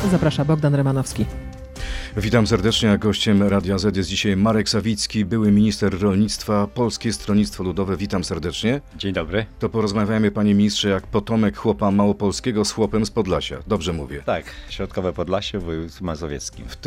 Zaprasza Bogdan Rymanowski. Witam serdecznie, a gościem Radia Z jest dzisiaj Marek Sawicki, były minister rolnictwa, Polskie Stronnictwo Ludowe. Witam serdecznie. Dzień dobry. To porozmawiamy, panie ministrze, jak potomek chłopa małopolskiego z chłopem z Podlasia. Dobrze mówię? Tak, Środkowe Podlasie, województwie mazowieckim. W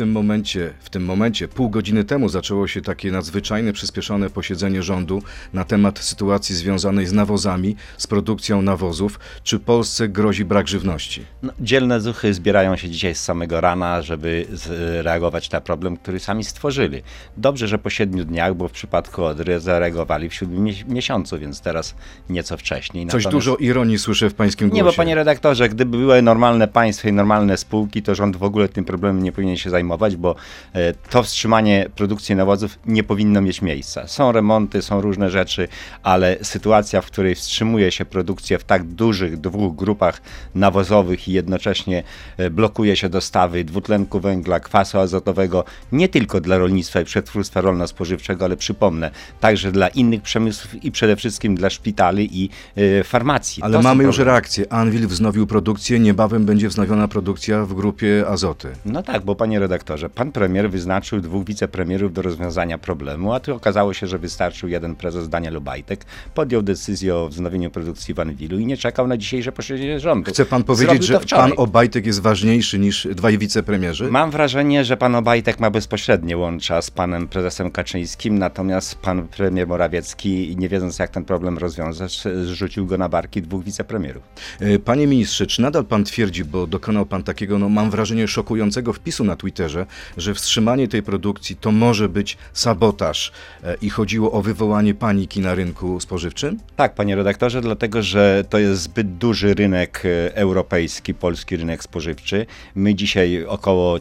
tym momencie, pół godziny temu zaczęło się takie nadzwyczajne, przyspieszone posiedzenie rządu na temat sytuacji związanej z nawozami, z produkcją nawozów. Czy Polsce grozi brak żywności? Dzielne zuchy zbierają się dzisiaj z samego rana, żeby reagować na problem, który sami stworzyli. Dobrze, że po 7 dniach, bo w przypadku Odry zareagowali w 7 miesiącu, więc teraz nieco wcześniej. Coś dużo ironii słyszę w pańskim głosie. Nie, bo panie redaktorze, gdyby były normalne państwo i normalne spółki, to rząd w ogóle tym problemem nie powinien się zajmować, bo to wstrzymanie produkcji nawozów nie powinno mieć miejsca. Są remonty, są różne rzeczy, ale sytuacja, w której wstrzymuje się produkcję w tak dużych dwóch grupach nawozowych i jednocześnie blokuje się dostawy dwutlenku węgla, kwasu azotowego, nie tylko dla rolnictwa i przetwórstwa rolno-spożywczego, ale przypomnę, także dla innych przemysłów i przede wszystkim dla szpitali i farmacji. Ale mamy już reakcję. Anwil wznowił produkcję, niebawem będzie wznowiona produkcja w grupie Azoty. No tak, bo panie redaktorze, pan premier wyznaczył 2 wicepremierów do rozwiązania problemu, a tu okazało się, że wystarczył jeden prezes Daniel Obajtek, podjął decyzję o wznowieniu produkcji w Anwilu i nie czekał na dzisiejsze posiedzenie rządu. Chce pan powiedzieć, że pan Obajtek jest ważniejszy niż 2 wicepremierzy? Mam wrażenie, że pan Obajtek ma bezpośrednie łącza z panem prezesem Kaczyńskim, natomiast pan premier Morawiecki, nie wiedząc jak ten problem rozwiązać, zrzucił go na barki 2 wicepremierów. Panie ministrze, czy nadal pan twierdzi, bo dokonał pan takiego, mam wrażenie, szokującego wpisu na Twitterze, że wstrzymanie tej produkcji to może być sabotaż i chodziło o wywołanie paniki na rynku spożywczym? Tak, panie redaktorze, dlatego, że to jest zbyt duży rynek europejski, polski rynek spożywczy. My dzisiaj około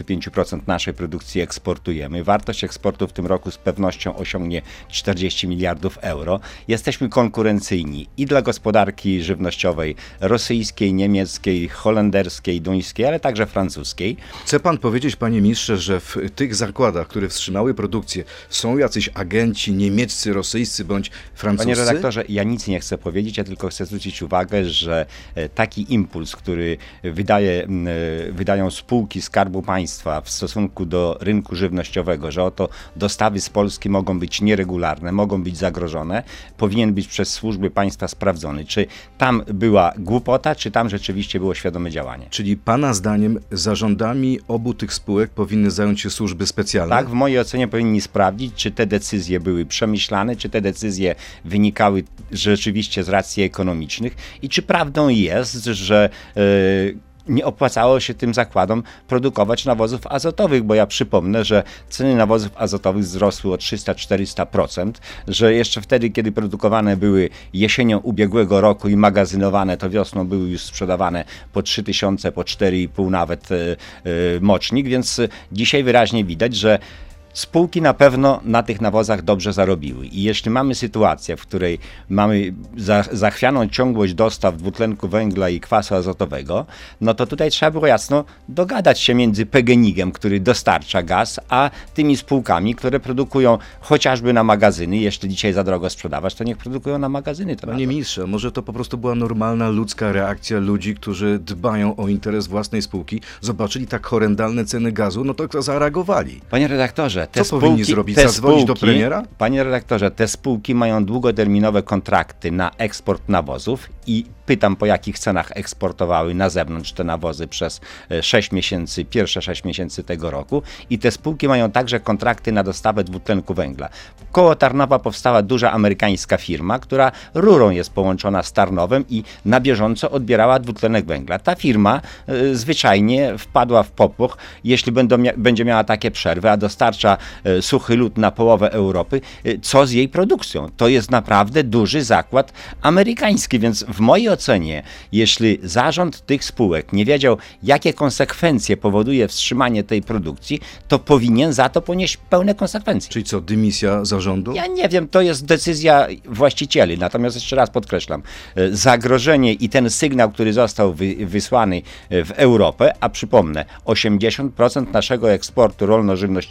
35% naszej produkcji eksportujemy. Wartość eksportu w tym roku z pewnością osiągnie 40 miliardów euro. Jesteśmy konkurencyjni i dla gospodarki żywnościowej rosyjskiej, niemieckiej, holenderskiej, duńskiej, ale także francuskiej. Chce pan powiedzieć, panie ministrze, że w tych zakładach, które wstrzymały produkcję, są jacyś agenci niemieccy, rosyjscy bądź francuscy? Panie redaktorze, ja nic nie chcę powiedzieć, ja tylko chcę zwrócić uwagę, że taki impuls, który wydają spółki Skarbu Państwa w stosunku do rynku żywnościowego, że oto dostawy z Polski mogą być nieregularne, mogą być zagrożone, powinien być przez służby państwa sprawdzony. Czy tam była głupota, czy tam rzeczywiście było świadome działanie. Czyli pana zdaniem zarządami obu tych spółek powinny zająć się służby specjalne? Tak, w mojej ocenie powinni sprawdzić, czy te decyzje były przemyślane, czy te decyzje wynikały rzeczywiście z racji ekonomicznych i czy prawdą jest, że nie opłacało się tym zakładom produkować nawozów azotowych, bo ja przypomnę, że ceny nawozów azotowych wzrosły o 300-400%, że jeszcze wtedy, kiedy produkowane były jesienią ubiegłego roku i magazynowane, to wiosną były już sprzedawane po 3000, po 4,5 nawet mocznik, więc dzisiaj wyraźnie widać, że spółki na pewno na tych nawozach dobrze zarobiły i jeśli mamy sytuację, w której mamy zachwianą ciągłość dostaw dwutlenku węgla i kwasu azotowego, no to tutaj trzeba było jasno dogadać się między PGNiG-em, który dostarcza gaz, a tymi spółkami, które produkują chociażby na magazyny. Jeśli dzisiaj za drogo sprzedawać, to niech produkują na magazyny. Panie ministrze, może to po prostu była normalna ludzka reakcja ludzi, którzy dbają o interes własnej spółki, zobaczyli tak horrendalne ceny gazu, no to zareagowali. Panie redaktorze, co powinni zrobić? Zadzwonić do premiera? Panie redaktorze, te spółki mają długoterminowe kontrakty na eksport nawozów i pytam, po jakich cenach eksportowały na zewnątrz te nawozy przez 6 miesięcy, pierwsze 6 miesięcy tego roku i te spółki mają także kontrakty na dostawę dwutlenku węgla. Koło Tarnowa powstała duża amerykańska firma, która rurą jest połączona z Tarnowem i na bieżąco odbierała dwutlenek węgla. Ta firma zwyczajnie wpadła w popłoch, jeśli będzie miała takie przerwy, a dostarcza suchy lód na połowę Europy, co z jej produkcją? To jest naprawdę duży zakład amerykański, więc w mojej ocenie, jeśli zarząd tych spółek nie wiedział, jakie konsekwencje powoduje wstrzymanie tej produkcji, to powinien za to ponieść pełne konsekwencje. Czyli co, dymisja zarządu? Ja nie wiem, to jest decyzja właścicieli, natomiast jeszcze raz podkreślam, zagrożenie i ten sygnał, który został wysłany w Europę, a przypomnę, 80% naszego eksportu rolno-żywnościowego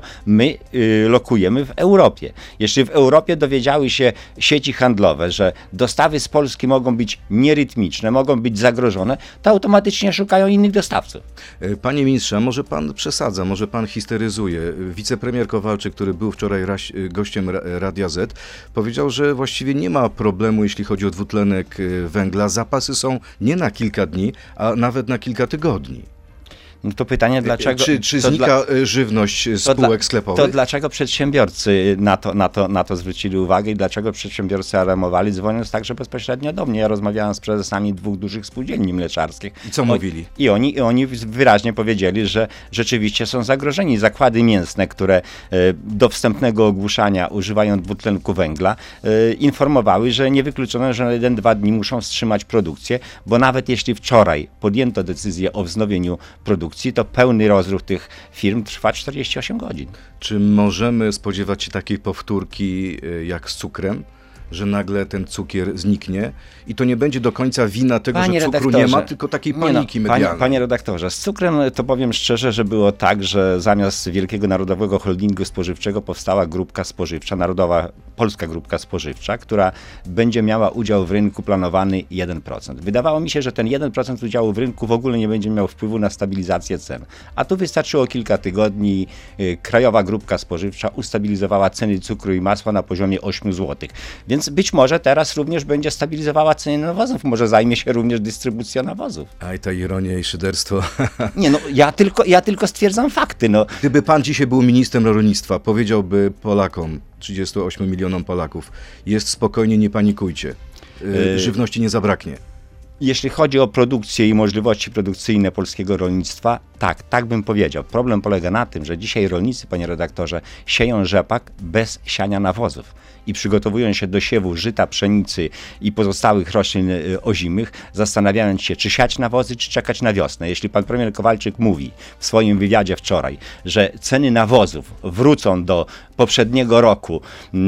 my lokujemy w Europie. Jeśli w Europie dowiedziały się sieci handlowe, że dostawy z Polski mogą być nierytmiczne, mogą być zagrożone, to automatycznie szukają innych dostawców. Panie ministrze, a może pan przesadza, może pan histeryzuje. Wicepremier Kowalczyk, który był wczoraj gościem Radia Z, powiedział, że właściwie nie ma problemu, jeśli chodzi o dwutlenek węgla. Zapasy są nie na kilka dni, a nawet na kilka tygodni. No to pytanie, dlaczego... Czy znika żywność spółek sklepowych? To dlaczego przedsiębiorcy na to zwrócili uwagę i dlaczego przedsiębiorcy alarmowali, dzwoniąc także bezpośrednio do mnie? Ja rozmawiałem z prezesami 2 dużych spółdzielni mleczarskich. I co mówili? I oni wyraźnie powiedzieli, że rzeczywiście są zagrożeni. Zakłady mięsne, które do wstępnego ogłuszania używają dwutlenku węgla, informowały, że niewykluczone, że na 1-2 dni muszą wstrzymać produkcję, bo nawet jeśli wczoraj podjęto decyzję o wznowieniu produkcji, to pełny rozruch tych firm trwa 48 godzin. Czy możemy spodziewać się takiej powtórki jak z cukrem? Że nagle ten cukier zniknie i to nie będzie do końca wina tego, że cukru nie ma, tylko takiej paniki medialnej. Panie redaktorze, z cukrem to powiem szczerze, że było tak, że zamiast Wielkiego Narodowego Holdingu Spożywczego powstała grupka spożywcza, Narodowa Polska Grupka Spożywcza, która będzie miała udział w rynku planowany 1%. Wydawało mi się, że ten 1% udziału w rynku w ogóle nie będzie miał wpływu na stabilizację cen. A tu wystarczyło kilka tygodni. Krajowa Grupka Spożywcza ustabilizowała ceny cukru i masła na poziomie 8 zł. Więc być może teraz również będzie stabilizowała ceny nawozów. Może zajmie się również dystrybucją nawozów. Aj, ta ironia i szyderstwo. Nie, no ja tylko stwierdzam fakty. No. Gdyby pan dzisiaj był ministrem rolnictwa, powiedziałby Polakom, 38 milionom Polaków, jest spokojnie, nie panikujcie. Żywności nie zabraknie. Jeśli chodzi o produkcję i możliwości produkcyjne polskiego rolnictwa, tak bym powiedział. Problem polega na tym, że dzisiaj rolnicy, panie redaktorze, sieją rzepak bez siania nawozów i przygotowują się do siewu żyta, pszenicy i pozostałych roślin ozimych, zastanawiając się, czy siać nawozy, czy czekać na wiosnę. Jeśli pan premier Kowalczyk mówi w swoim wywiadzie wczoraj, że ceny nawozów wrócą do poprzedniego roku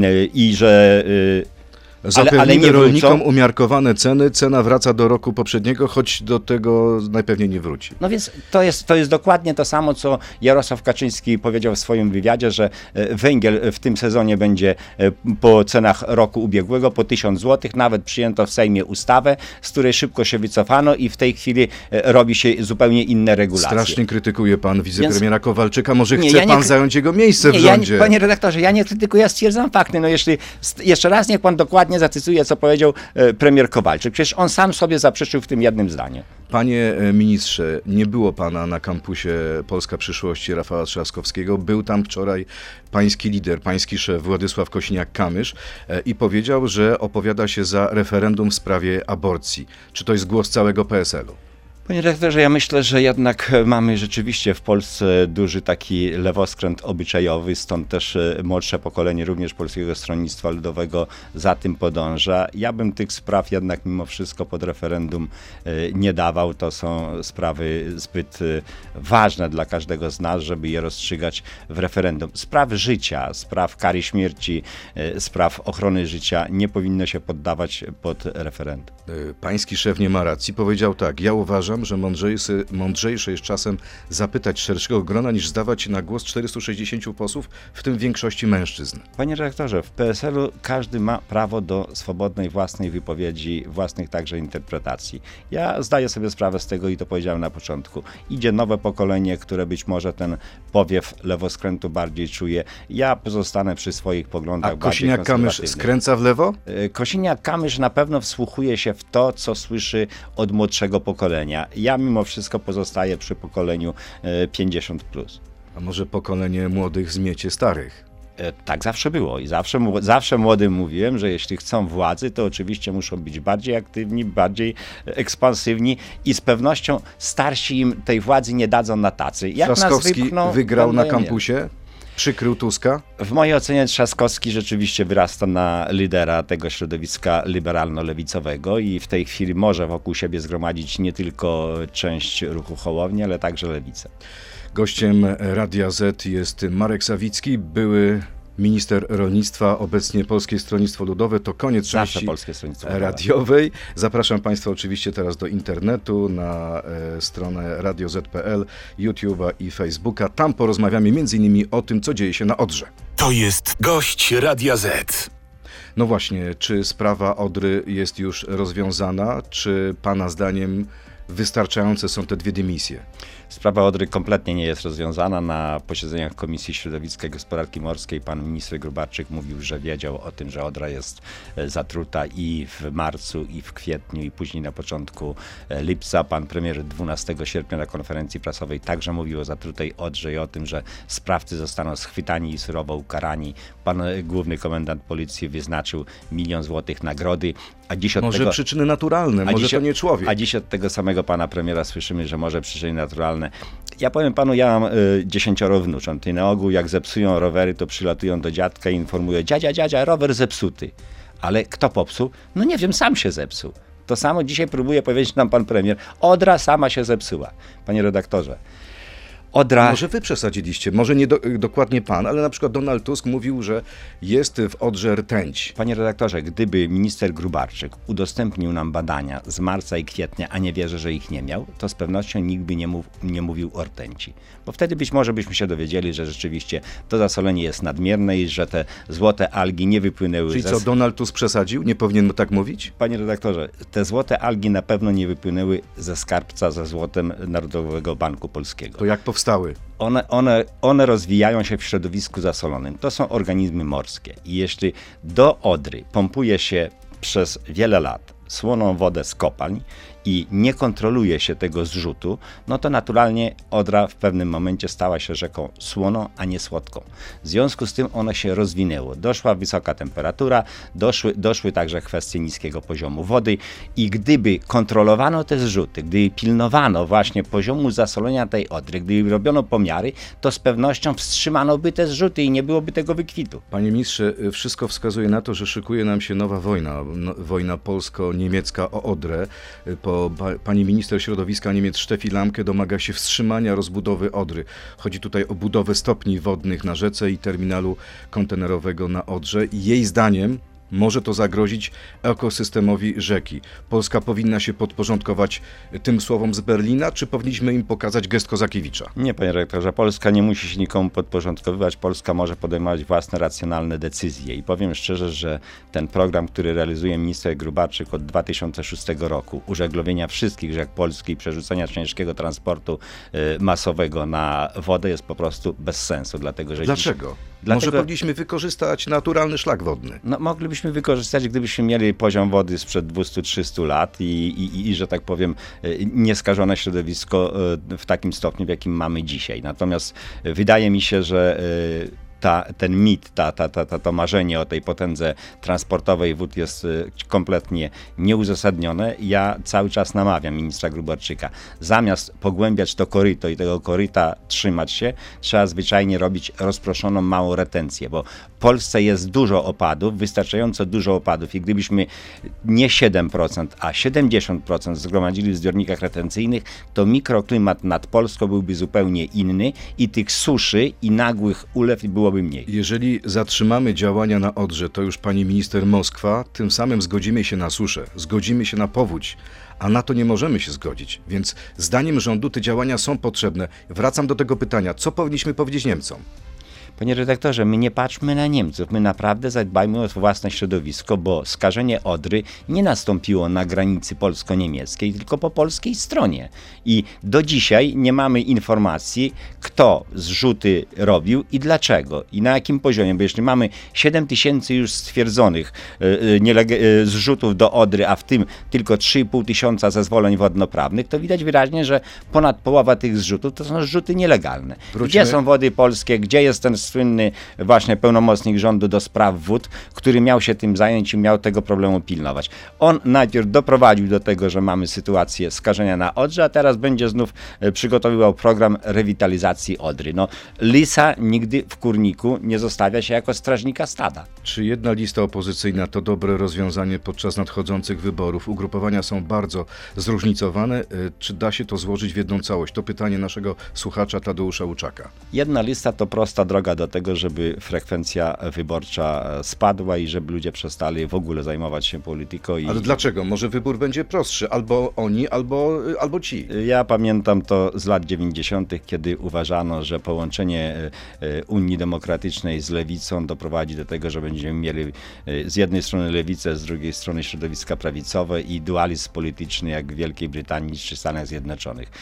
i że... Zapewnimy ale rolnikom umiarkowane ceny, cena wraca do roku poprzedniego, choć do tego najpewniej nie wróci. No więc to jest dokładnie to samo, co Jarosław Kaczyński powiedział w swoim wywiadzie, że węgiel w tym sezonie będzie po cenach roku ubiegłego, po 1000 zł. Nawet przyjęto w Sejmie ustawę, z której szybko się wycofano i w tej chwili robi się zupełnie inne regulacje. Strasznie krytykuje pan wicepremiera Kowalczyka. Może chce pan zająć jego miejsce w rządzie? Panie redaktorze, ja nie krytykuję, ja stwierdzam fakty. No jeśli jeszcze raz niech pan dokładnie zacytuję, co powiedział premier Kowalczyk. Przecież on sam sobie zaprzeczył w tym jednym zdaniu. Panie ministrze, nie było pana na kampusie Polska Przyszłości Rafała Trzaskowskiego. Był tam wczoraj pański lider, pański szef Władysław Kosiniak-Kamysz i powiedział, że opowiada się za referendum w sprawie aborcji. Czy to jest głos całego PSL-u? Panie redaktorze, ja myślę, że jednak mamy rzeczywiście w Polsce duży taki lewoskręt obyczajowy, stąd też młodsze pokolenie również Polskiego Stronnictwa Ludowego za tym podąża. Ja bym tych spraw jednak mimo wszystko pod referendum nie dawał. To są sprawy zbyt ważne dla każdego z nas, żeby je rozstrzygać w referendum. Spraw życia, spraw kary śmierci, spraw ochrony życia nie powinno się poddawać pod referendum. Pański szef nie ma racji. Powiedział tak: ja uważam, że mądrzejsze jest czasem zapytać szerszego grona, niż zdawać się na głos 460 posłów, w tym w większości mężczyzn. Panie redaktorze, w PSL-u każdy ma prawo do swobodnej własnej wypowiedzi, własnych także interpretacji. Ja zdaję sobie sprawę z tego i to powiedziałem na początku. Idzie nowe pokolenie, które być może ten powiew lewoskrętu bardziej czuje. Ja pozostanę przy swoich poglądach bardziej konserwatywnych. Kosiniak-Kamysz skręca w lewo? Kosiniak-Kamysz na pewno wsłuchuje się w to, co słyszy od młodszego pokolenia. Ja mimo wszystko pozostaję przy pokoleniu 50+. A może pokolenie młodych zmiecie starych? Tak zawsze było i zawsze młodym mówiłem, że jeśli chcą władzy, to oczywiście muszą być bardziej aktywni, bardziej ekspansywni i z pewnością starsi im tej władzy nie dadzą na tacy. Jak Trzaskowski wygrał na kampusie? Przykrył Tuska? W mojej ocenie Trzaskowski rzeczywiście wyrasta na lidera tego środowiska liberalno-lewicowego i w tej chwili może wokół siebie zgromadzić nie tylko część ruchu Hołowni, ale także lewicę. Gościem Radia Z jest Marek Sawicki, były minister rolnictwa, obecnie Polskie Stronnictwo Ludowe. To koniec Zawsze części Polskie Stronnictwo Ludowe. radiowej. Zapraszam Państwa oczywiście teraz do internetu, na stronę Radio Z.pl, YouTube'a i Facebooka. Tam porozmawiamy m.in. o tym, co dzieje się na Odrze. To jest gość Radia Z. No właśnie, czy sprawa Odry jest już rozwiązana? Czy Pana zdaniem wystarczające są te 2 dymisje? Sprawa Odry kompletnie nie jest rozwiązana. Na posiedzeniach Komisji Środowiska i Gospodarki Morskiej pan minister Gróbarczyk mówił, że wiedział o tym, że Odra jest zatruta i w marcu, i w kwietniu, i później na początku lipca. Pan premier 12 sierpnia na konferencji prasowej także mówił o zatrutej Odrze i o tym, że sprawcy zostaną schwytani i surowo ukarani. Pan główny komendant policji wyznaczył 1 000 000 złotych nagrody. A dziś od Może tego, przyczyny naturalne, może to nie człowiek. A dziś od tego samego pana premiera słyszymy, że może przyczyny naturalne. Ja powiem panu, ja mam 10 wnucząt i na ogół jak zepsują rowery, to przylatują do dziadka i informują: dziadzia, rower zepsuty. Ale kto popsuł? No nie wiem, sam się zepsuł. To samo dzisiaj próbuje powiedzieć nam pan premier. Odra sama się zepsuła. Panie redaktorze, Odra... Może wy przesadziliście, może nie dokładnie pan, ale na przykład Donald Tusk mówił, że jest w Odrze rtęć. Panie redaktorze, gdyby minister Gróbarczyk udostępnił nam badania z marca i kwietnia, a nie wierzę, że ich nie miał, to z pewnością nikt by nie mówił o rtęci. Bo wtedy być może byśmy się dowiedzieli, że rzeczywiście to zasolenie jest nadmierne i że te złote algi nie wypłynęły... Czyli co, Donald Tusk przesadził? Nie powinien tak mówić? Panie redaktorze, te złote algi na pewno nie wypłynęły ze skarbca ze złotem Narodowego Banku Polskiego. To jak powstały? One rozwijają się w środowisku zasolonym. To są organizmy morskie. I jeśli do Odry pompuje się przez wiele lat słoną wodę z kopalń i nie kontroluje się tego zrzutu, no to naturalnie Odra w pewnym momencie stała się rzeką słoną, a nie słodką. W związku z tym ono się rozwinęło. Doszła wysoka temperatura, doszły także kwestie niskiego poziomu wody i gdyby kontrolowano te zrzuty, gdyby pilnowano właśnie poziomu zasolenia tej Odry, gdyby robiono pomiary, to z pewnością wstrzymano by te zrzuty i nie byłoby tego wykwitu. Panie ministrze, wszystko wskazuje na to, że szykuje nam się nowa wojna, wojna polsko-niemiecka o Odrę. Pani minister środowiska Niemiec Steffi Lamke domaga się wstrzymania rozbudowy Odry. Chodzi tutaj o budowę stopni wodnych na rzece i terminalu kontenerowego na Odrze. I jej zdaniem może to zagrozić ekosystemowi rzeki. Polska powinna się podporządkować tym słowom z Berlina, czy powinniśmy im pokazać gest Kozakiewicza? Nie, panie rektorze, Polska nie musi się nikomu podporządkowywać. Polska może podejmować własne racjonalne decyzje. I powiem szczerze, że ten program, który realizuje minister Gróbarczyk od 2006 roku, użeglowienia wszystkich rzek polskich, przerzucenia ciężkiego transportu masowego na wodę jest po prostu bez sensu. Dlatego, że Dlaczego? Dlatego, może powinniśmy wykorzystać naturalny szlak wodny? No, moglibyśmy wykorzystać, gdybyśmy mieli poziom wody sprzed 200-300 lat i, że tak powiem, nieskażone środowisko w takim stopniu, w jakim mamy dzisiaj. Natomiast wydaje mi się, że ten mit, to marzenie o tej potędze transportowej wód jest kompletnie nieuzasadnione. Ja cały czas namawiam ministra Gróbarczyka. Zamiast pogłębiać to koryto i tego koryta trzymać się, trzeba zwyczajnie robić rozproszoną małą retencję, bo w Polsce jest dużo opadów, wystarczająco dużo opadów i gdybyśmy nie 7%, a 70% zgromadzili w zbiornikach retencyjnych, to mikroklimat nad Polską byłby zupełnie inny i tych suszy i nagłych ulew byłoby mniej. Jeżeli zatrzymamy działania na Odrze, to już pani minister Moskwa, tym samym zgodzimy się na suszę, zgodzimy się na powódź, a na to nie możemy się zgodzić. Więc zdaniem rządu te działania są potrzebne. Wracam do tego pytania, co powinniśmy powiedzieć Niemcom? Panie redaktorze, my nie patrzmy na Niemców, my naprawdę zadbajmy o własne środowisko, bo skażenie Odry nie nastąpiło na granicy polsko-niemieckiej, tylko po polskiej stronie. I do dzisiaj nie mamy informacji, kto zrzuty robił i dlaczego, i na jakim poziomie, bo jeśli mamy 7 000 już stwierdzonych zrzutów do Odry, a w tym tylko 3,5 tysiąca zezwoleń wodnoprawnych, to widać wyraźnie, że ponad połowa tych zrzutów to są zrzuty nielegalne. Gdzie są wody polskie, gdzie jest ten słynny właśnie pełnomocnik rządu do spraw wód, który miał się tym zająć i miał tego problemu pilnować. On najpierw doprowadził do tego, że mamy sytuację skażenia na Odrze, a teraz będzie znów przygotowywał program rewitalizacji Odry. No, lisa nigdy w kurniku nie zostawia się jako strażnika stada. Czy jedna lista opozycyjna to dobre rozwiązanie podczas nadchodzących wyborów? Ugrupowania są bardzo zróżnicowane. Czy da się to złożyć w jedną całość? To pytanie naszego słuchacza Tadeusza Łuczaka. Jedna lista to prosta droga do tego, żeby frekwencja wyborcza spadła i żeby ludzie przestali w ogóle zajmować się polityką. Ale dlaczego? Może wybór będzie prostszy. Albo oni, albo ci. Ja pamiętam to z lat 90., kiedy uważano, że połączenie Unii Demokratycznej z lewicą doprowadzi do tego, że będziemy mieli z jednej strony lewicę, z drugiej strony środowiska prawicowe i dualizm polityczny jak w Wielkiej Brytanii czy Stanach Zjednoczonych.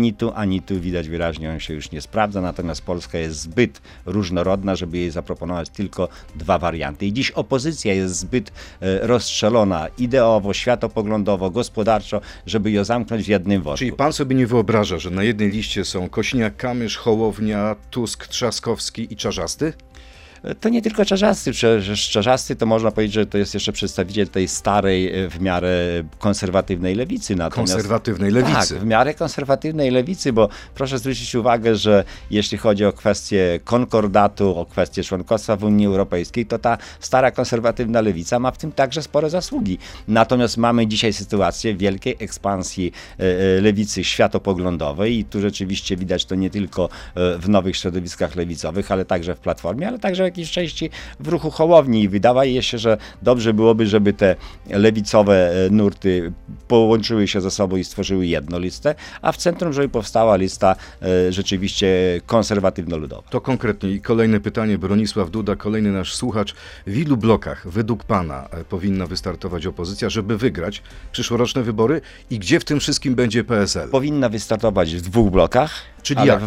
Ani tu widać wyraźnie, on się już nie sprawdza, natomiast Polska jest zbyt różnorodna, żeby jej zaproponować tylko dwa warianty. I dziś opozycja jest zbyt rozstrzelona ideowo, światopoglądowo, gospodarczo, żeby ją zamknąć w jednym worku. Czyli pan sobie nie wyobraża, że na jednej liście są Kosiniak-Kamysz, Hołownia, Tusk, Trzaskowski i Czarzasty? To nie tylko Czarzasty. Przecież Czarzasty to można powiedzieć, że to jest jeszcze przedstawiciel tej starej, w miarę konserwatywnej lewicy. Konserwatywnej lewicy. Tak, w miarę konserwatywnej lewicy, bo proszę zwrócić uwagę, że jeśli chodzi o kwestię konkordatu, o kwestię członkostwa w Unii Europejskiej, to ta stara konserwatywna lewica ma w tym także spore zasługi. Natomiast mamy dzisiaj sytuację wielkiej ekspansji lewicy światopoglądowej i tu rzeczywiście widać to nie tylko w nowych środowiskach lewicowych, ale także w Platformie, ale także w jakiejś części w ruchu Hołowni i wydaje się, że dobrze byłoby, żeby te lewicowe nurty połączyły się ze sobą i stworzyły jedną listę, a w centrum, żeby powstała lista rzeczywiście konserwatywno-ludowa. To konkretnie i kolejne pytanie, Bronisław Duda, kolejny nasz słuchacz. W ilu blokach według pana powinna wystartować opozycja, żeby wygrać przyszłoroczne wybory i gdzie w tym wszystkim będzie PSL? Powinna wystartować w 2 blokach. Czyli jak?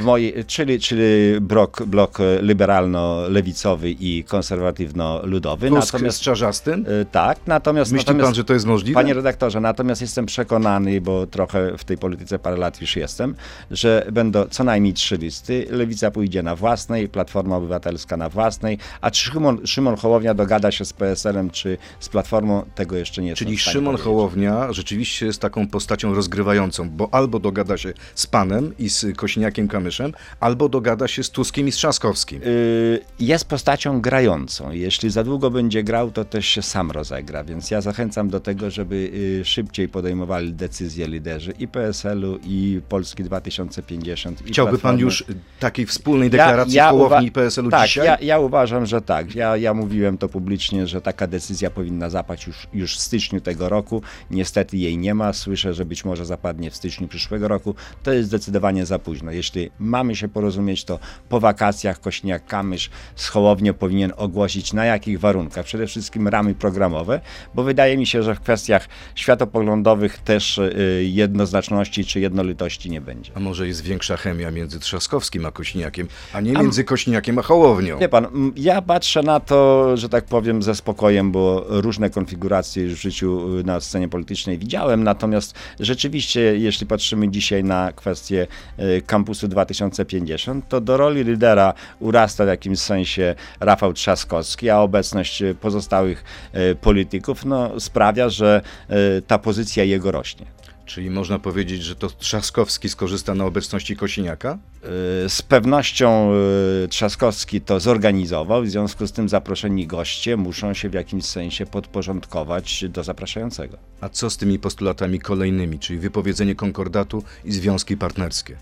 Czyli blok liberalno-lewicowy i konserwatywno-ludowy. Tusk z Czarzastym? Tak, natomiast... Myśli pan, że to jest możliwe? Panie redaktorze, natomiast jestem przekonany, bo trochę w tej polityce parę lat już jestem, że będą co najmniej 3 listy. Lewica pójdzie na własnej, Platforma Obywatelska na własnej, a czy Szymon Hołownia dogada się z PSL-em czy z Platformą, tego jeszcze nie jestem w stanie Szymon powiedzieć. Hołownia rzeczywiście jest taką postacią rozgrywającą, bo albo dogada się z panem i z Kosiniakiem-Kamyszem, albo dogada się z Tuskiem i z Trzaskowskim. Jest postacią grającą. Jeśli za długo będzie grał, to też się sam rozegra, więc ja zachęcam do tego, żeby szybciej podejmowali decyzje liderzy i PSL-u, i Polski 2050. Chciałby pan już takiej wspólnej deklaracji Hołowni i PSL-u tak, dzisiaj? Ja uważam, że tak. Ja mówiłem to publicznie, że taka decyzja powinna zapaść już w styczniu tego roku. Niestety jej nie ma. Słyszę, że być może zapadnie w styczniu przyszłego roku. To jest zdecydowanie za późno. Jeśli mamy się porozumieć, to po wakacjach Kosiniak-Kamysz z Hołownią powinien ogłosić, na jakich warunkach. Przede wszystkim ramy programowe, bo wydaje mi się, że w kwestiach światopoglądowych też jednoznaczności czy jednolitości nie będzie. A może jest większa chemia między Trzaskowskim a Kosiniakiem, a nie między Kosiniakiem a Hołownią? Wie pan, ja patrzę na to, że tak powiem, ze spokojem, bo różne konfiguracje już w życiu na scenie politycznej widziałem, natomiast rzeczywiście, jeśli patrzymy dzisiaj na kwestię Kampusu 2050, to do roli lidera urasta w jakimś sensie Rafał Trzaskowski, a obecność pozostałych polityków sprawia, że ta pozycja jego rośnie. Czyli można powiedzieć, że to Trzaskowski skorzysta na obecności Kosiniaka? Z pewnością Trzaskowski to zorganizował, w związku z tym zaproszeni goście muszą się w jakimś sensie podporządkować do zapraszającego. A co z tymi postulatami kolejnymi, czyli wypowiedzenie konkordatu i związki partnerskie?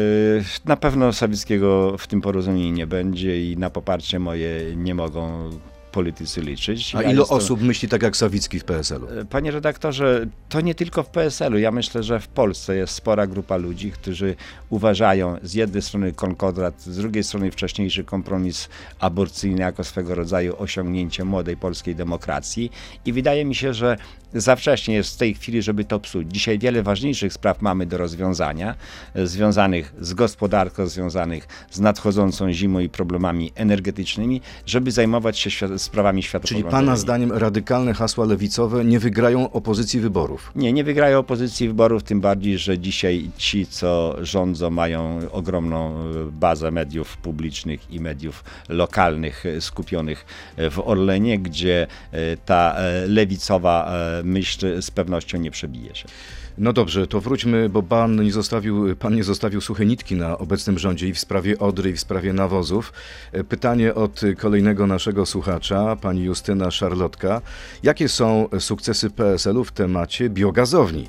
Na pewno Sawickiego w tym porozumieniu nie będzie i na poparcie moje nie mogą politycy liczyć. A ilu osób myśli tak jak Sawicki w PSL-u? Panie redaktorze, to nie tylko w PSL-u. Ja myślę, że w Polsce jest spora grupa ludzi, którzy uważają z jednej strony konkordat, z drugiej strony wcześniejszy kompromis aborcyjny jako swego rodzaju osiągnięcie młodej polskiej demokracji i wydaje mi się, że za wcześnie jest w tej chwili, żeby to psuć. Dzisiaj wiele ważniejszych spraw mamy do rozwiązania, związanych z gospodarką, związanych z nadchodzącą zimą i problemami energetycznymi, żeby zajmować się sprawami światopoglądowymi. Czyli pana zdaniem radykalne hasła lewicowe nie wygrają opozycji wyborów? Nie wygrają opozycji wyborów, tym bardziej, że dzisiaj ci, co rządzą, mają ogromną bazę mediów publicznych i mediów lokalnych skupionych w Orlenie, gdzie ta lewicowa myśl z pewnością nie przebije się. No dobrze, to wróćmy, bo pan nie zostawił suchej nitki na obecnym rządzie i w sprawie Odry, i w sprawie nawozów. Pytanie od kolejnego naszego słuchacza, pani Justyna Szarlotka. Jakie są sukcesy PSL-u w temacie biogazowni?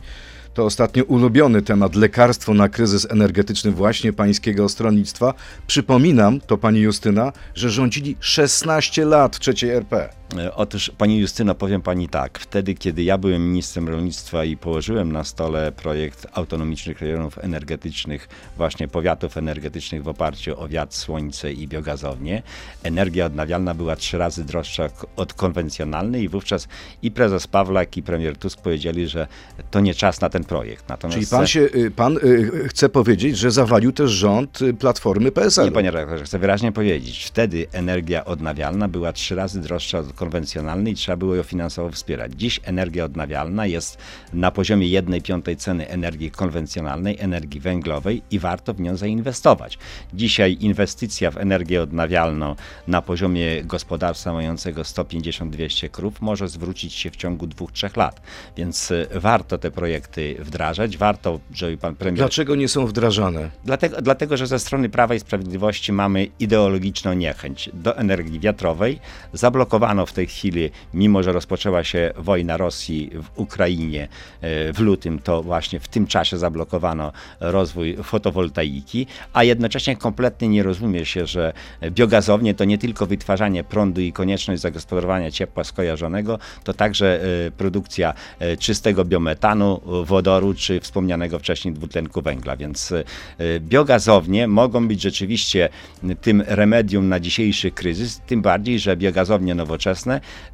to ostatnio ulubiony temat, lekarstwo na kryzys energetyczny właśnie pańskiego stronnictwa. Przypominam, to pani Justyna, że rządzili 16 lat III RP. Otóż, pani Justyno, powiem pani tak, wtedy kiedy ja byłem ministrem rolnictwa i położyłem na stole projekt autonomicznych rejonów energetycznych, właśnie powiatów energetycznych w oparciu o wiatr, słońce i biogazownię, energia odnawialna była 3 razy droższa od konwencjonalnej i wówczas i prezes Pawlak i premier Tusk powiedzieli, że to nie czas na ten projekt. Natomiast Czyli pan chce powiedzieć, że zawalił też rząd Platformy PSL. Nie, panie redaktorze, chcę wyraźnie powiedzieć, wtedy energia odnawialna była 3 razy droższa od konwencjonalnej i trzeba było ją finansowo wspierać. Dziś energia odnawialna jest na poziomie 1/5 ceny energii konwencjonalnej, energii węglowej i warto w nią zainwestować. Dzisiaj inwestycja w energię odnawialną na poziomie gospodarstwa mającego 150-200 krów może zwrócić się w ciągu 2-3 lat. Więc warto te projekty wdrażać, warto, żeby pan premier... Dlaczego nie są wdrażane? Dlatego, że ze strony Prawa i Sprawiedliwości mamy ideologiczną niechęć do energii wiatrowej. Zablokowano w tej chwili, mimo że rozpoczęła się wojna Rosji w Ukrainie w lutym, to właśnie w tym czasie zablokowano rozwój fotowoltaiki, a jednocześnie kompletnie nie rozumie się, że biogazownie to nie tylko wytwarzanie prądu i konieczność zagospodarowania ciepła skojarzonego, to także produkcja czystego biometanu, wodoru czy wspomnianego wcześniej dwutlenku węgla, więc biogazownie mogą być rzeczywiście tym remedium na dzisiejszy kryzys, tym bardziej, że biogazownie nowoczesne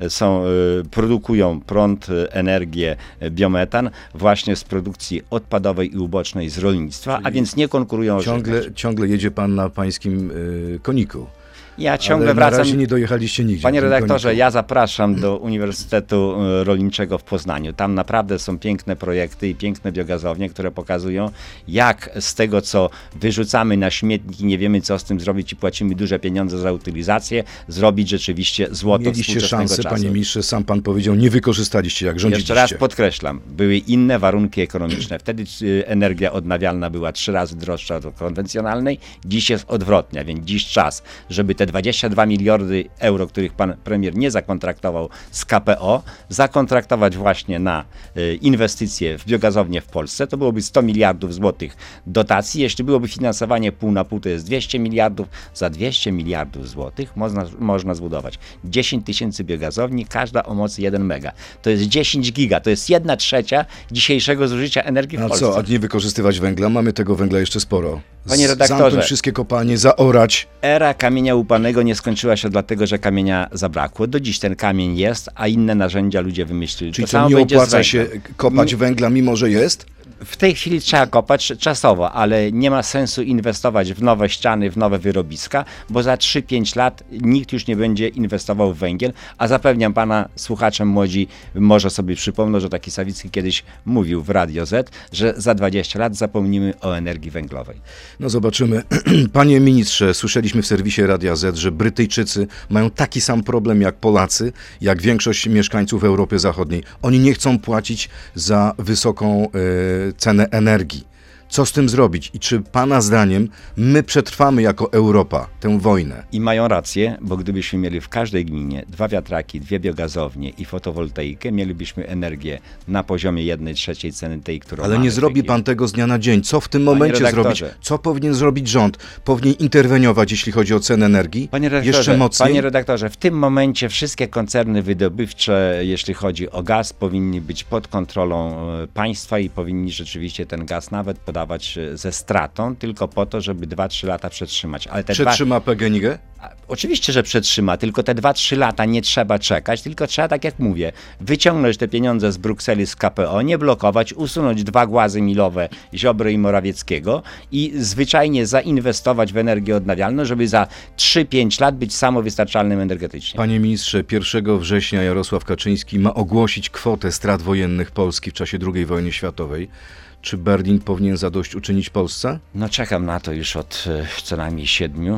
produkują prąd, energię, biometan właśnie z produkcji odpadowej i ubocznej z rolnictwa, a więc nie konkurują o żywność. Ciągle jedzie pan na pańskim koniku. Ja ciągle Ale wracam. Na razie nie dojechaliście nigdzie. Panie redaktorze, ja zapraszam do Uniwersytetu Rolniczego w Poznaniu. Tam naprawdę są piękne projekty i piękne biogazownie, które pokazują, jak z tego, co wyrzucamy na śmietnik i nie wiemy, co z tym zrobić i płacimy duże pieniądze za utylizację, zrobić rzeczywiście złoto Mieliście szansę, czasu. panie ministrze, sam pan powiedział, nie wykorzystaliście, jak rządziliście. Jeszcze raz podkreślam, były inne warunki ekonomiczne. Wtedy energia odnawialna była 3 razy droższa od konwencjonalnej, dziś jest odwrotnie, więc dziś czas, żeby te 22 miliardy euro, których pan premier nie zakontraktował z KPO, zakontraktować właśnie na inwestycje w biogazownię w Polsce. To byłoby 100 miliardów złotych dotacji. Jeśli byłoby finansowanie pół na pół, to jest 200 miliardów. Za 200 miliardów złotych można zbudować 10 000 biogazowni, każda o mocy 1 mega. To jest 10 giga, to jest 1/3 dzisiejszego zużycia energii w Polsce. A co, a nie wykorzystywać węgla? Mamy tego węgla jeszcze sporo. Panie redaktorze, zamknąć wszystkie kopalnie, zaorać. Era kamienia łupanego nie skończyła się dlatego, że kamienia zabrakło. Do dziś ten kamień jest, a inne narzędzia ludzie wymyślili. Czyli to nie opłaca się kopać węgla, mimo że jest? W tej chwili trzeba kopać czasowo, ale nie ma sensu inwestować w nowe ściany, w nowe wyrobiska, bo za 3-5 lat nikt już nie będzie inwestował w węgiel, a zapewniam pana, słuchaczem młodzi może sobie przypomną, że taki Sawicki kiedyś mówił w Radio Z, że za 20 lat zapomnimy o energii węglowej. No zobaczymy. Panie ministrze, słyszeliśmy w serwisie Radia Z, że Brytyjczycy mają taki sam problem jak Polacy, jak większość mieszkańców Europy Zachodniej. Oni nie chcą płacić za wysoką cenę energii. Co z tym zrobić? I czy pana zdaniem my przetrwamy jako Europa tę wojnę? I mają rację, bo gdybyśmy mieli w każdej gminie 2 wiatraki, 2 biogazownie i fotowoltaikę, mielibyśmy energię na poziomie 1/3 ceny tej, którą Ale mamy nie w zrobi tej chwili. pan tego z dnia na dzień. Co w tym momencie zrobić? redaktorze. Co powinien zrobić rząd? Powinien interweniować, jeśli chodzi o cenę energii? Jeszcze mocniej? Panie redaktorze, w tym momencie wszystkie koncerny wydobywcze, jeśli chodzi o gaz, powinny być pod kontrolą państwa i powinni rzeczywiście ten gaz nawet podawać ze stratą, tylko po to, żeby 2-3 lata przetrzymać. Ale te Przetrzyma PGNiG? Oczywiście, że przetrzyma, tylko te 2-3 lata nie trzeba czekać, tylko trzeba, tak jak mówię, wyciągnąć te pieniądze z Brukseli, z KPO, nie blokować, usunąć 2 głazy milowe Ziobry i Morawieckiego i zwyczajnie zainwestować w energię odnawialną, żeby za 3-5 lat być samowystarczalnym energetycznie. Panie ministrze, 1 września Jarosław Kaczyński ma ogłosić kwotę strat wojennych Polski w czasie II wojny światowej. Czy Berlin powinien zadośćuczynić Polsce? No czekam na to już od co najmniej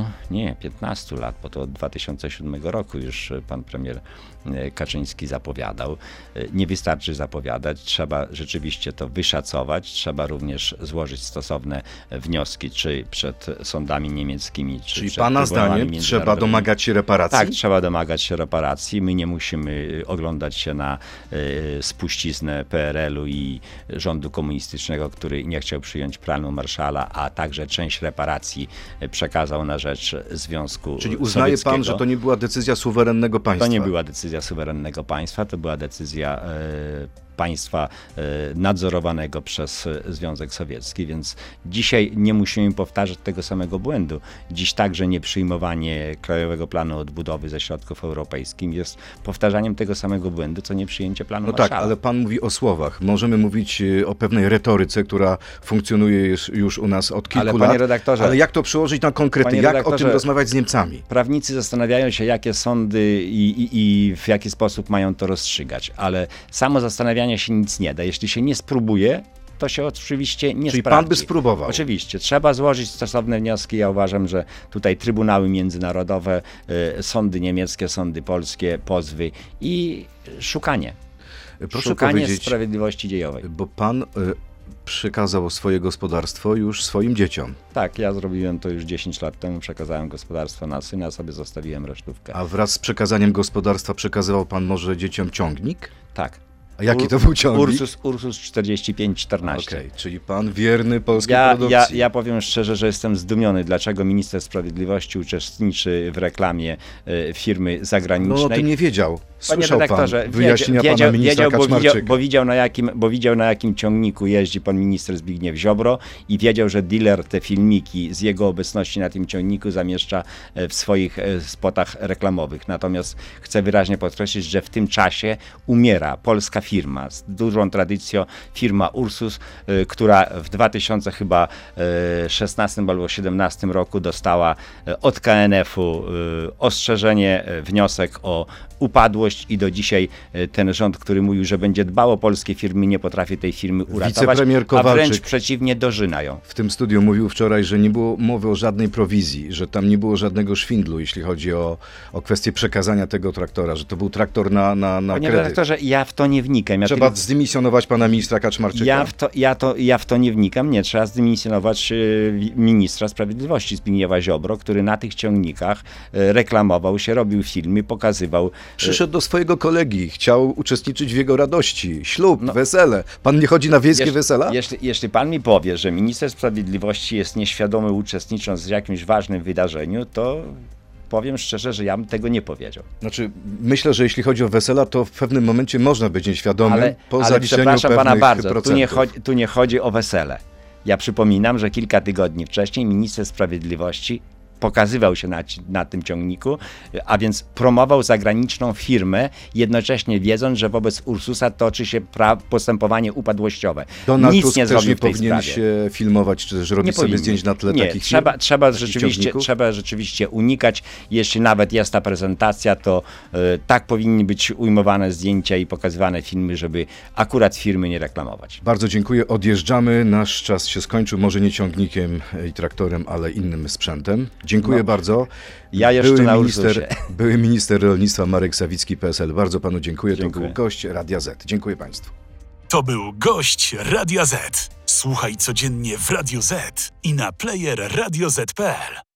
15 lat, bo to od 2007 roku już pan premier Kaczyński zapowiadał. Nie wystarczy zapowiadać, trzeba rzeczywiście to wyszacować, trzeba również złożyć stosowne wnioski, czy przed sądami niemieckimi, czy Czyli przed pana trybunałami zdaniem trzeba międzynarodowymi. domagać się reparacji? Tak, trzeba domagać się reparacji. My nie musimy oglądać się na spuściznę PRL-u i rządu komunistycznego, który nie chciał przyjąć planu Marszala, a także część reparacji przekazał na rzecz Związku Czyli uznaje Sowieckiego. pan, że to nie była decyzja suwerennego państwa? To nie była decyzja suwerennego państwa, to była decyzja państwa nadzorowanego przez Związek Sowiecki, więc dzisiaj nie musimy powtarzać tego samego błędu. Dziś także nieprzyjmowanie Krajowego Planu Odbudowy ze środków europejskich jest powtarzaniem tego samego błędu, co nieprzyjęcie planu No Marszala. tak, ale pan mówi o słowach. Możemy mówić o pewnej retoryce, która funkcjonuje już u nas od kilku Ale, lat. panie redaktorze, ale jak to przełożyć na konkrety? panie Jak o tym redaktorze, rozmawiać z Niemcami? Prawnicy zastanawiają się, jakie sądy i w jaki sposób mają to rozstrzygać, ale samo zastanawianie się nic nie da. Jeśli się nie spróbuje, to się oczywiście nie Czyli sprawdzi. pan by spróbował? Oczywiście. Trzeba złożyć stosowne wnioski. Ja uważam, że tutaj trybunały międzynarodowe, sądy niemieckie, sądy polskie, pozwy i szukanie. Proszę Szukanie powiedzieć, sprawiedliwości dziejowej. bo pan przekazał swoje gospodarstwo już swoim dzieciom, Tak, ja zrobiłem to już 10 lat temu. Przekazałem gospodarstwo na syna, sobie zostawiłem resztówkę. a wraz z przekazaniem gospodarstwa przekazywał pan może dzieciom ciągnik? Tak. A jaki to był ciągnik? Ursus 4514. Okej, czyli pan wierny polskiej Ja produkcji. powiem szczerze, że jestem zdumiony, dlaczego minister sprawiedliwości uczestniczy w reklamie firmy No zagranicznej. o tym nie wiedział. Panie Słyszał pan redaktorze, wyjaśnienia pana ministra Kaczmarczyka. bo widział na jakim ciągniku jeździ pan minister Zbigniew Ziobro i wiedział, że dealer te filmiki z jego obecności na tym ciągniku zamieszcza w swoich spotach reklamowych. Natomiast chcę wyraźnie podkreślić, że w tym czasie umiera polska firma z dużą tradycją, firma Ursus, która w 2016 albo 2017 roku dostała od KNF-u ostrzeżenie, wniosek o upadłość i do dzisiaj ten rząd, który mówił, że będzie dbał o polskie firmy, nie potrafi tej firmy uratować, Wicepremier a Kowalczyk wręcz przeciwnie, dorzyna ją. w tym studiu mówił wczoraj, że nie było mowy o żadnej prowizji, że tam nie było żadnego szwindlu, jeśli chodzi o kwestię przekazania tego traktora, że to był traktor na Panie kredyt. redaktorze, ja w to nie wnikam. Ja Trzeba tylko- zdymisjonować pana ministra Kaczmarczyka. Ja w to nie wnikam. Nie, trzeba zdymisjonować ministra sprawiedliwości Zbigniewa Ziobro, który na tych ciągnikach reklamował się, robił filmy, pokazywał. Przyszedł do swojego kolegi, chciał uczestniczyć w jego radości, ślub, No. wesele. Pan nie chodzi na wiejskie wesela? Jeśli pan mi powie, że minister sprawiedliwości jest nieświadomy uczestnicząc w jakimś ważnym wydarzeniu, to powiem szczerze, że ja bym tego nie powiedział. Znaczy, myślę, że jeśli chodzi o wesela, to w pewnym momencie można być nieświadomym po ale zaliczeniu przepraszam pewnych pana bardzo, procentów. tu nie chodzi o wesele. Ja przypominam, że kilka tygodni wcześniej minister sprawiedliwości pokazywał się na tym ciągniku, a więc promował zagraniczną firmę, jednocześnie wiedząc, że wobec Ursusa toczy się postępowanie upadłościowe. Donald Nic Tusk nie też zrobił nie w tej powinien sprawie. się filmować, czy też robić sobie powinien. zdjęć na tle Nie, takich firm, trzeba ciągników? rzeczywiście unikać. Jeśli nawet jest ta prezentacja, to tak powinny być ujmowane zdjęcia i pokazywane filmy, żeby akurat firmy nie reklamować. Bardzo dziękuję. Odjeżdżamy. Nasz czas się skończył. Może nie ciągnikiem i traktorem, ale innym sprzętem. Dziękuję bardzo. Ja jeszcze na Ursusie. Były minister rolnictwa Marek Sawicki, PSL. Bardzo panu dziękuję. Dziękuję. To był gość Radia Z. Dziękuję państwu. To był gość Radia Z. Słuchaj codziennie w Radio Z i na player radioz.pl.